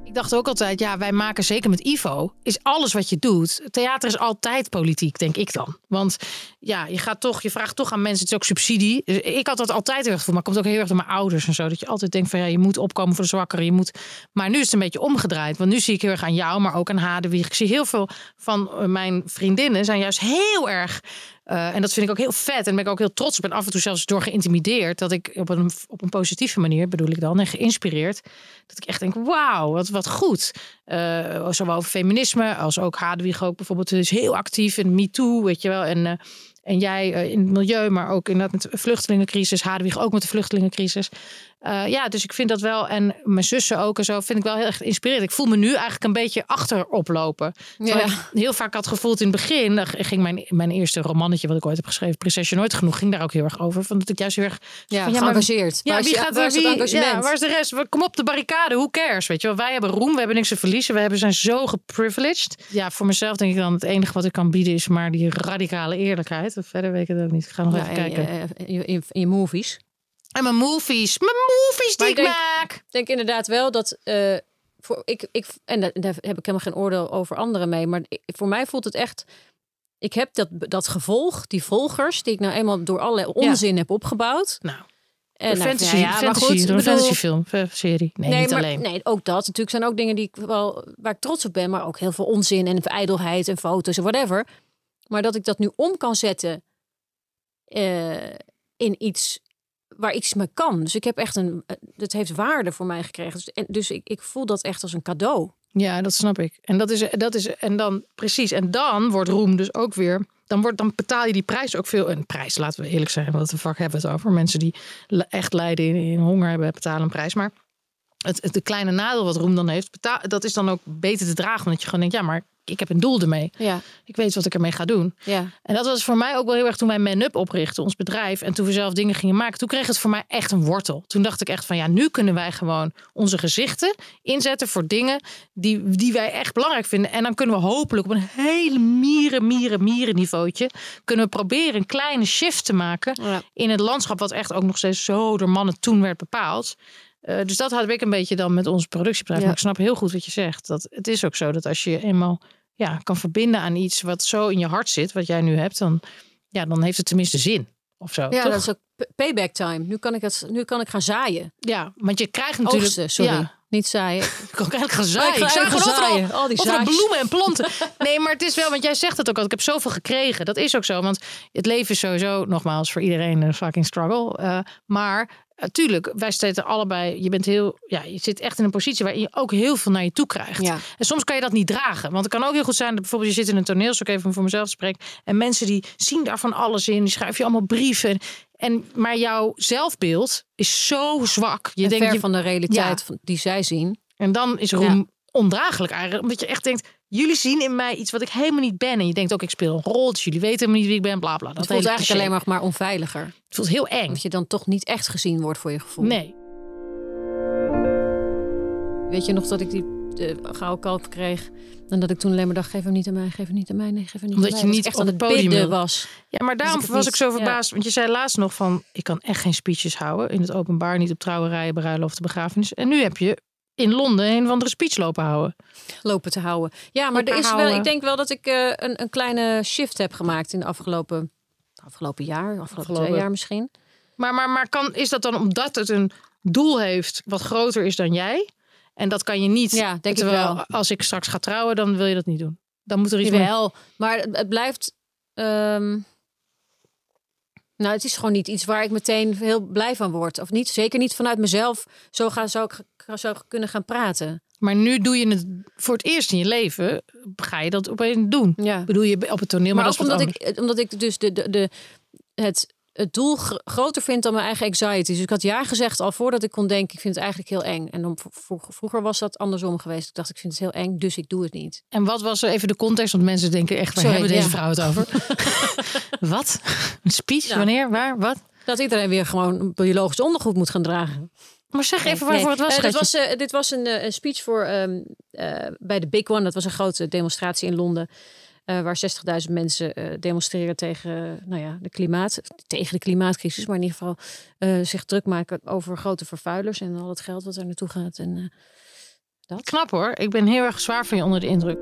Ik dacht ook altijd, ja, wij maken zeker met Ivo, is alles wat je doet. Theater is altijd politiek, denk ik dan. Want ja, je gaat toch, je vraagt toch aan mensen, het is ook subsidie. Dus ik had dat altijd heel erg voor, maar het komt ook heel erg door mijn ouders en zo. Dat je altijd denkt van, ja, je moet opkomen voor de zwakkeren. Je moet... Maar nu is het een beetje omgedraaid. Want nu zie ik heel erg aan jou, maar ook aan Hadewig. Ik zie heel veel van mijn vriendinnen zijn juist heel erg... Uh, en dat vind ik ook heel vet. En daar ben ik ook heel trots op. En af en toe zelfs door geïntimideerd. Dat ik op een, op een positieve manier, bedoel ik dan, en geïnspireerd. Dat ik echt denk, wauw, wat, wat goed. Uh, zowel over feminisme als ook Hadewig ook bijvoorbeeld. Is heel actief in MeToo, weet je wel. En, uh, en jij uh, in het milieu, maar ook inderdaad met de vluchtelingencrisis. Hadewig ook met de vluchtelingencrisis. Uh, ja, dus ik vind dat wel. En mijn zussen ook en zo vind ik wel heel erg inspirerend. Ik voel me nu eigenlijk een beetje achterop lopen. Ja. Ik heel vaak had gevoeld in het begin. Dan ging mijn, mijn eerste romannetje wat ik ooit heb geschreven, Prinsesje Nooit Genoeg, ging daar ook heel erg over. Van dat ik juist heel erg ja, van, ja, geëngageerd. Ja, waar wie is, gaat waar er is het wie? engagement? Ja, waar is de rest? Kom op de barricade, who cares? Weet je wel, wij hebben roem, we hebben niks te verliezen. We hebben, zijn zo geprivileged. Ja, voor mezelf denk ik dan het enige wat ik kan bieden is maar die radicale eerlijkheid. Verder weet ik het ook niet. Ik ga nog ja, even in, kijken. In je, in, in je movies. En mijn movies. Mijn movies die ik, ik denk, maak. Ik denk inderdaad wel dat... Uh, voor, ik, ik, en daar heb ik helemaal geen oordeel over anderen mee. Maar ik, voor mij voelt het echt... Ik heb dat, dat gevolg, die volgers... die ik nou eenmaal door allerlei onzin ja. heb opgebouwd. Nou, en de nou, fantasy, ja, ja, fantasy, maar goed, door een bedoel, fantasyfilm, serie. Nee, nee, niet maar, alleen. Nee, ook dat. Natuurlijk zijn ook dingen die ik wel, waar ik trots op ben. Maar ook heel veel onzin en ijdelheid en foto's en whatever. Maar dat ik dat nu om kan zetten... Uh, in iets... waar iets me kan. Dus ik heb echt een... Het heeft waarde voor mij gekregen. Dus, en, dus ik, ik voel dat echt als een cadeau. Ja, dat snap ik. En dat is... Dat is en dan... Precies. En dan wordt roem dus ook weer... Dan, wordt, dan betaal je die prijs ook veel... Een prijs, laten we eerlijk zijn. Wat de fuck hebben we het over? Mensen die echt lijden in, in honger hebben, betalen een prijs. Maar het, het de kleine nadeel wat roem dan heeft... Betaal, dat is dan ook beter te dragen. Omdat je gewoon denkt... Ja, maar ik heb een doel ermee. Ja. Ik weet wat ik ermee ga doen. Ja. En dat was voor mij ook wel heel erg toen wij Man Up oprichtten, ons bedrijf. En toen we zelf dingen gingen maken. Toen kreeg het voor mij echt een wortel. Toen dacht ik echt van ja, nu kunnen wij gewoon onze gezichten inzetten voor dingen die, die wij echt belangrijk vinden. En dan kunnen we hopelijk op een hele mieren, mieren, mieren niveautje kunnen we proberen een kleine shift te maken ja. in het landschap wat echt ook nog steeds zo door mannen toen werd bepaald. Uh, dus dat had ik een beetje dan met ons productiebedrijf. Ja. Maar ik snap heel goed wat je zegt. Dat het is ook zo dat als je eenmaal ja, kan verbinden aan iets wat zo in je hart zit, wat jij nu hebt, dan, ja, dan heeft het tenminste zin. Of zo. Ja, toch? dat is ook payback time. Nu kan ik het, nu kan ik gaan zaaien. Ja, want je krijgt natuurlijk. Oogsten, sorry. Ja. Niet zaaien. Ik kan eigenlijk gaan zaaien. Ik, ik ga gewoon zaaien. overal, al die overal bloemen en planten. Nee, maar het is wel, want jij zegt het ook al. Ik heb zoveel gekregen. Dat is ook zo. Want het leven is sowieso, nogmaals, voor iedereen een fucking struggle. Uh, maar natuurlijk, wij zitten allebei. Je bent heel, ja, je zit echt in een positie waarin je ook heel veel naar je toe krijgt. Ja. En soms kan je dat niet dragen. Want het kan ook heel goed zijn dat bijvoorbeeld je zit in een toneelstuk, even voor mezelf te spreken. En mensen die zien daar van alles in. Die schrijven je allemaal brieven. En, maar jouw zelfbeeld is zo zwak. Je en denkt ver je, van de realiteit ja. die zij zien. En dan is roem ja. ondraaglijk eigenlijk. Omdat je echt denkt, jullie zien in mij iets wat ik helemaal niet ben. En je denkt ook, ik speel een rol. Dus jullie weten helemaal niet wie ik ben. Bla bla. Dat het voelt eigenlijk cliché. alleen maar, maar onveiliger. Het voelt heel eng. Dat je dan toch niet echt gezien wordt voor je gevoel. Nee. Weet je nog dat ik die de gouden kalf kreeg? En dat ik toen alleen maar dacht, geef hem niet aan mij, geef hem niet aan mij. Nee, geef hem niet Omdat aan je mij. niet echt op aan het podium bidden was. Ja, maar daarom dus was niet, ik zo verbaasd. Ja. Want je zei laatst nog van, ik kan echt geen speeches houden. In het openbaar, niet op trouwerijen, bruiloften, begrafenissen. En nu heb je in Londen een of andere speech lopen houden. Lopen te houden. Ja, maar er is wel, ik denk wel dat ik uh, een, een kleine shift heb gemaakt in de afgelopen, afgelopen jaar. Afgelopen, afgelopen twee jaar misschien. Maar, maar, maar kan, is dat dan omdat het een doel heeft wat groter is dan jij? En dat kan je niet. Ja, denk terwijl ik wel. Als ik straks ga trouwen, dan wil je dat niet doen. Dan moet er iets wel. Mee. Maar het, het blijft. Um... Nou, het is gewoon niet iets waar ik meteen heel blij van word. Of niet. Zeker niet vanuit mezelf. Zo ga, zou ik zou kunnen gaan praten. Maar nu doe je het voor het eerst in je leven. Ga je dat opeens doen? Ja. Bedoel je op het toneel? Maar, maar ook dat omdat ik, omdat ik dus de, de, de, het. het doel gr- groter vind dan mijn eigen anxiety. Dus ik had ja gezegd al voordat ik kon denken, ik vind het eigenlijk heel eng. En dan vroeger, vroeger was dat andersom geweest. Ik dacht, ik vind het heel eng, dus ik doe het niet. En wat was er even de context? Want mensen denken echt, waar Sorry, hebben deze ja. vrouw het over? Wat? Een speech? Ja. Wanneer? Waar? Wat? Dat iedereen weer gewoon biologisch ondergoed moet gaan dragen. Maar zeg even waarvoor nee. het was. Uh, dit was, uh, dit was een, een speech voor um, uh, bij de Big One. Dat was een grote demonstratie in Londen. Uh, waar zestigduizend mensen uh, demonstreren tegen, uh, nou ja, de klimaat, tegen de klimaatcrisis, maar in ieder geval uh, zich druk maken over grote vervuilers en al het geld wat er naartoe gaat. En uh, Dat. Knap hoor. Ik ben heel erg zwaar van je onder de indruk.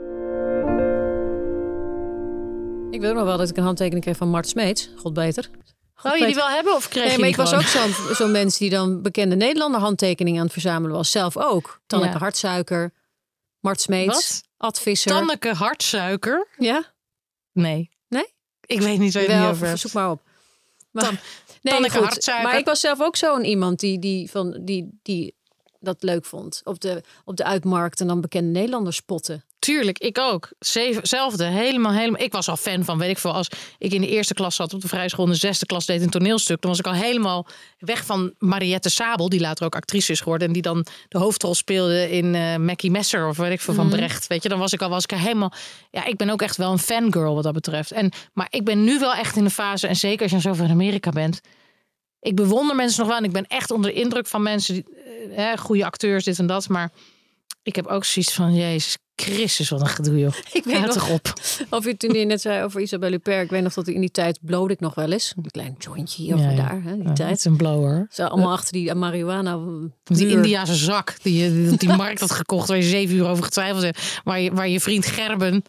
Ik weet nog wel dat ik een handtekening kreeg van Mart Smeets. God beter. Zou je die wel hebben of kreeg Nee, je maar die ik was ook gewoon? zo'n zo'n mens die dan bekende Nederlander handtekeningen aan het verzamelen was. Zelf ook. Tanneke Ja. Hartsuiker, Mart Smeets, Wat? Ad Visser. Tanneke Hartsuiker? Ja? Nee. Nee? Ik weet niet waar je het Wel, niet over hebt. zoek maar op. Maar, Tan- nee, Tanneke goed. Hartsuiker. Maar ik was zelf ook zo'n iemand die, die, van, die, die dat leuk vond. Op de, op de uitmarkt en dan bekende Nederlanders spotten. Tuurlijk, ik ook. Zelfde, helemaal, helemaal. Ik was al fan van, weet ik veel, als ik in de eerste klas zat op de vrije school en de zesde klas deed een toneelstuk, dan was ik al helemaal weg van Mariette Sabel, die later ook actrice is geworden en die dan de hoofdrol speelde in uh, Mackie Messer of weet ik veel van Brecht. Weet je, dan was ik al was ik er helemaal. Ja, ik ben ook echt wel een fangirl wat dat betreft. En maar ik ben nu wel echt in de fase, en zeker als je zo in Amerika bent. Ik bewonder mensen nog wel en ik ben echt onder de indruk van mensen, die, uh, hè, goede acteurs, dit en dat, maar ik heb ook zoiets van, Jezus Christus, wat een gedoe, joh. Ik weet Houd nog, toch op. Of je toen je net zei over Isabelle Huppert. Ik weet nog dat ik in die tijd blode ik nog wel eens. Een klein jointje hier of Ja, ja. daar. Hè, die Ja, het tijd. is een blower. Ze allemaal achter die marihuana. Die muur. Indiase zak die je die, die markt had gekocht waar je zeven uur over getwijfeld hebt. Waar je, waar je vriend Gerben.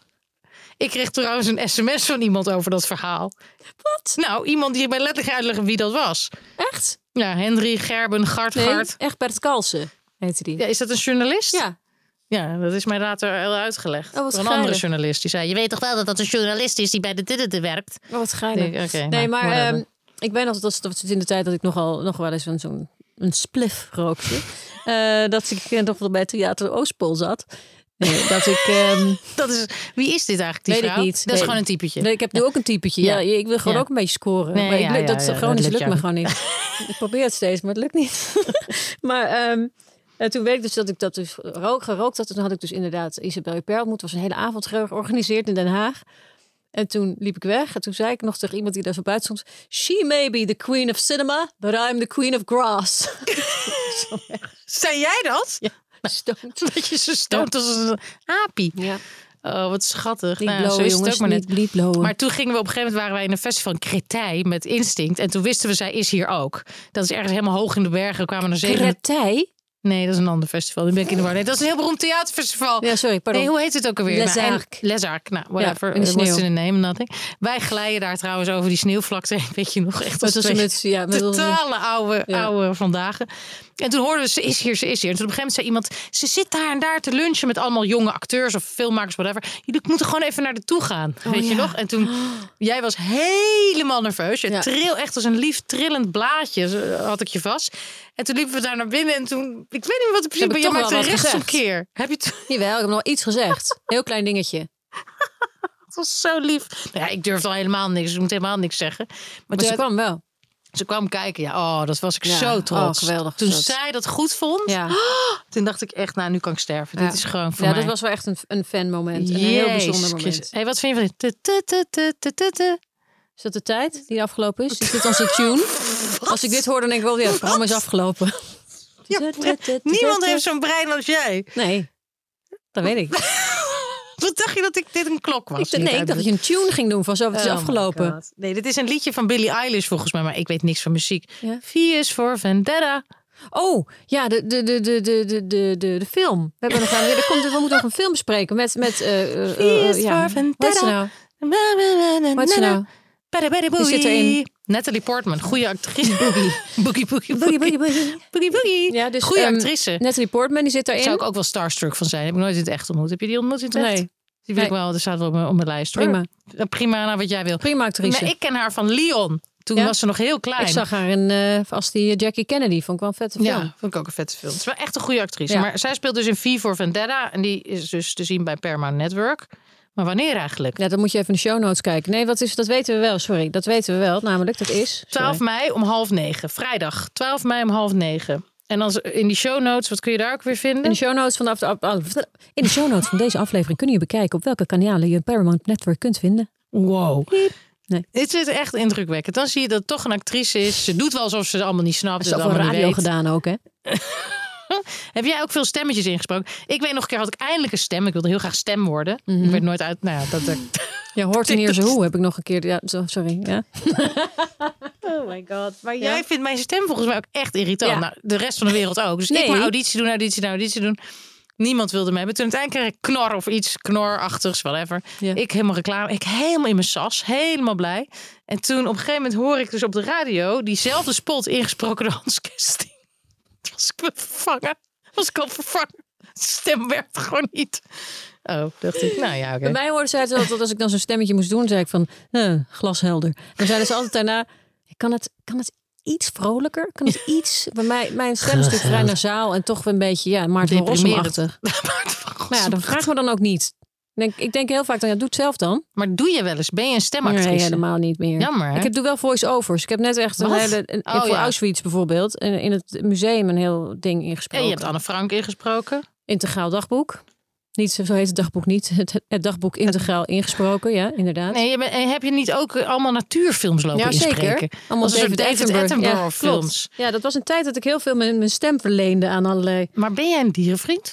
Ik kreeg trouwens een sms van iemand over dat verhaal. Wat? Nou, iemand die mij letterlijk gaat uitleggen wie dat was. Echt? Ja, Henry Gerben, Gart, Nee, Gart. echt Bert Kalsen heette die. Ja, is dat een journalist? Ja. Ja, dat is mij later heel uitgelegd. Oh, wat Door een andere geinig. journalist. Die zei, je weet toch wel dat dat een journalist is die bij de dit werkt? Oh, wat geinig. Nee, oké, nee, nou, maar whatever. ehm, ik weet nog dat dat was in de tijd dat ik nogal nog wel eens een, zo'n een spliff rookte. Eh, dat ik eh, nog wel bij Theater Oostpool zat. Nee, dat ik... ehm, Dat is, wie is dit eigenlijk, die Weet ik vrouw? niet. Dat is Nee. gewoon een typetje. Nee, ik heb nu ook een typetje. Ja, Ja. ik wil gewoon Ja. ook een beetje scoren. Nee, maar ik, ja, lukt- ja, dat ja, chronisch dat lukt lukt me jou gewoon niet. Ik probeer het steeds, maar het lukt niet. maar ehm, en toen weet ik dus dat ik dat dus rook, gerookt had. En toen had ik dus inderdaad Isabelle Huppert ontmoet. Het was een hele avond georganiseerd in Den Haag. En toen liep ik weg. En toen zei ik nog tegen iemand die daar zo buiten stond. She may be the queen of cinema, but I'm the queen of grass. Zei jij dat? Ja, stoned. Dat je zo stoot als een apie. Ja, Oh, wat schattig. niet Nou, blowen, zo is het jongens. ook maar net. Niet bliep blowen. Maar toen gingen we op een gegeven moment waren wij in een festival in Créteil met Instinct. En toen wisten we, zij is hier ook. Dat is ergens helemaal hoog in de bergen. We kwamen naar zeven. Créteil? Nee, dat is een ander festival. Die ben ik in de war. Nee, dat is een heel beroemd theaterfestival. Ja, sorry, pardon. Nee, hoe heet het ook alweer? Les Nou, en- Arcs. Les Arcs. Nou, whatever. Ja, in de Uh, what's sneeuw. in the name, nothing. Wij glijden daar trouwens over die sneeuwvlakte. Weet je nog, echt als Met, twee met, ja, met totale oude, Ja. oude vandaag. En toen hoorden we, ze is hier, ze is hier. En toen op een gegeven moment zei iemand, ze zit daar en daar te lunchen met allemaal jonge acteurs of filmmakers, whatever. Jullie moeten gewoon even naar naartoe gaan. weet je ja. nog? En toen, jij was helemaal nerveus. Je Ja. tril echt als een lief trillend blaadje, zo had ik je vast. En toen liepen we daar naar binnen en toen, ik weet niet wat er precies, Heb maar ik je toch wel maakte een wat gezegd? rechtsomkeer. Heb je het? Jawel, ik heb nog iets gezegd. Heel klein dingetje. Het was zo lief. Nou ja, ik durfde al helemaal niks. Ik moet helemaal niks zeggen. Maar, Maar toen ze kwam wel. ze kwam kijken. Ja, oh, dat was ik Ja, zo trots. oh, geweldig Toen trots. zij dat goed vond, Ja, toen dacht ik echt, nou, nu kan ik sterven. Ja. Dit is gewoon voor ja mij. dat was wel echt een, een fanmoment. En een heel bijzonder moment. Hey, wat vind je van dit? Tu, tu, tu, tu, tu, tu, tu. Is dat de tijd die afgelopen is? Is dit onze tune? Als ik dit hoor, dan denk ik wel, ja, het programma is afgelopen. Ja, niemand heeft zo'n brein als jij. Nee, dat weet ik. Wat dacht je dat ik dit een klok was? ik dacht, nee, ik dacht dat je een tune ging doen van zo, het is Oh my afgelopen. God. Nee, dit is een liedje van Billie Eilish volgens mij, maar ik weet niks van muziek. Ja. V is voor Vendetta. Oh, ja, de, de, de, de, de, de, de, de, de film. We, hebben nog, er komt, we moeten nog een film bespreken met... met uh, uh, V is ja. voor Vendetta. Wat is het nou? Wat is het nou? Bada, bada, Die zit boogie. erin. Natalie Portman, goede actrice. Boogie. Boogie, boogie, Boogie, boogie. boogie, boogie. Boogie, boogie. Ja, dus, Goeie ehm, actrice. Natalie Portman, die zit daarin. Zou ik ook wel starstruck van zijn. Heb ik nooit in het echt ontmoet. Heb je die ontmoet in het echt? Nee, Die wil ik Nee. wel. Er staat wel op mijn, op mijn lijst. Hoor. prima. Ja, prima, nou wat jij wil. Prima actrice. Maar ik ken haar van Leon. Toen Ja? was ze nog heel klein. Ik zag haar in, uh, als die Jackie Kennedy. Vond ik wel een vette film. Ja, vond ik ook een vette film. Het is wel echt een goede actrice. Ja. Maar zij speelt dus in V voor Vendetta. En die is dus te zien bij Paramount Network. Maar wanneer eigenlijk? Ja, dan moet je even in de show notes kijken. Nee, wat is, dat weten we wel. Sorry, dat weten we wel. Namelijk, dat is... twaalf sorry. mei om half negen. Vrijdag. twaalf mei om half negen. En als in die show notes, wat kun je daar ook weer vinden? In de show notes van, de af- af- in de show notes van deze aflevering kun je bekijken op welke kanalen je een Paramount Network kunt vinden. Wow. Nee. Dit is echt indrukwekkend. Dan zie je dat het toch een actrice is. Ze doet wel alsof ze het allemaal niet snapt. Dat is het ook voor allemaal niet radio weet. gedaan ook, hè? Heb jij ook veel stemmetjes ingesproken? Ik weet nog een keer had ik eindelijk een stem. Ik wilde heel graag stem worden. Mhm. Ik werd nooit uit. Nou ja, dat. dat Ja, hoort in hier zo hoe heb ik nog een keer... Ja, zo- sorry. Ja. oh my god. Maar Ja. jij vindt mijn stem volgens mij ook echt irritant. Ja. Nou, de rest van de wereld ook. Dus Nee. ik maar auditie doen, auditie doen, auditie doen. Niemand wilde me hebben. Toen uiteindelijk kreeg ik knor of iets knorachtigs, whatever. Ja. Ik helemaal reclame. Ik helemaal in mijn sas. Helemaal blij. En toen op een gegeven moment hoor ik dus op de radio diezelfde spot ingesproken door Hans Kesting. Toen was ik me vervangen. Was ik al vervangen. De stem werkte gewoon niet. Oh, dacht ik. Nou ja, oké. Bij mij hoorden zij het altijd, als ik dan zo'n stemmetje moest doen, zei ik van, eh, glashelder. Dan zeiden ze altijd daarna, kan het, kan het iets vrolijker? Kan het iets... Bij mij, mijn stem is natuurlijk vrij nasaal en toch een beetje, ja, Maarten van Rossum-achtig. Maar ja, dan vraag me dan ook niet. Ik denk, ik denk heel vaak, dan, ja, doe het zelf dan. Maar doe je wel eens? Ben je een stemactrice? Nee, helemaal niet meer. Jammer, hè? Ik heb, doe wel voice-overs. Ik heb net echt een Wat? hele... Een, Oh, voor ja. Auschwitz bijvoorbeeld. In, in het museum een heel ding ingesproken. En je hebt Anne Frank ingesproken. Integraal dagboek. Niet, zo heet het dagboek niet. Het, het dagboek integraal ingesproken, ja, inderdaad. Nee, je ben, en heb je niet ook allemaal natuurfilms lopen Ja, inspreken? zeker. Allemaal Als een soort David David Attenborough. Attenborough Ja, klopt. films. Ja, dat was een tijd dat ik heel veel mijn, mijn stem verleende aan allerlei... Maar ben jij een dierenvriend?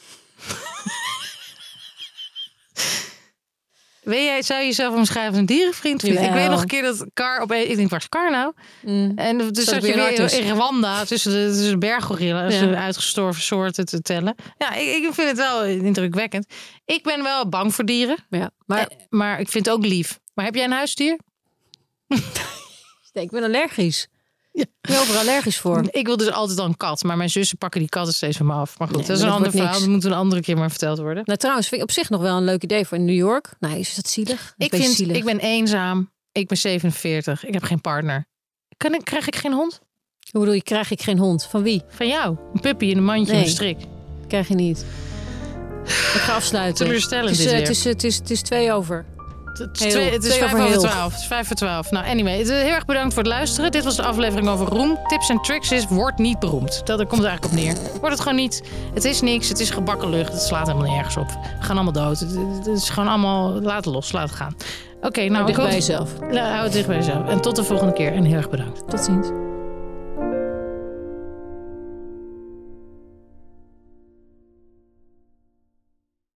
Ben jij, zou je jezelf omschrijven als een dierenvriend? Jawel. Ik weet nog een keer dat Car op... Ik denk, waar is Car nou? Mm. En dus Zat zat ik je weer in weer Artis. in Rwanda tussen de, tussen de berggorilla's, Ja. de uitgestorven soorten te tellen. Ja, ik, ik vind het wel indrukwekkend. Ik ben wel bang voor dieren, Ja, maar maar, maar ik vind het ook lief. Maar heb jij een huisdier? nee, ik ben allergisch. Ja. Ik ben overal allergisch voor. Ik wil dus altijd al een kat, maar mijn zussen pakken die katten steeds van me af. Maar goed, Nee, dat is een maar dat ander wordt verhaal. niks. Dat moet een andere keer maar verteld worden. Nou, trouwens, vind ik op zich nog wel een leuk idee voor in New York. Nou, is dat zielig? Dat is Ik, een beetje vind, zielig. ik ben eenzaam. Ik ben zevenenveertig. Ik heb geen partner. Kan ik, krijg ik geen hond? Hoe bedoel je, krijg ik geen hond? Van wie? Van jou? Een puppy in een mandje, Nee. een strik. Krijg je niet. Ik ga afsluiten. Teleurstellend Het is, dit eh, weer. het, is, het, is, het is twee over. Het is, Heel. twee, het is Twee vijf over over heel. twaalf. Het is vijf voor twaalf. Nou, anyway. het is Heel erg bedankt voor het luisteren. Dit was de aflevering over roem. Tips en tricks is, word niet beroemd. Dat, daar komt het eigenlijk op neer. Word het gewoon niet. Het is niks. Het is gebakken lucht. Het slaat helemaal nergens op. We gaan allemaal dood. Het, het is gewoon allemaal, laat het los. Laat het gaan. Oké, nou. Dicht ik bij hoop- jezelf. Ja, hou het dicht bij jezelf. En tot de volgende keer. En heel erg bedankt. Tot ziens.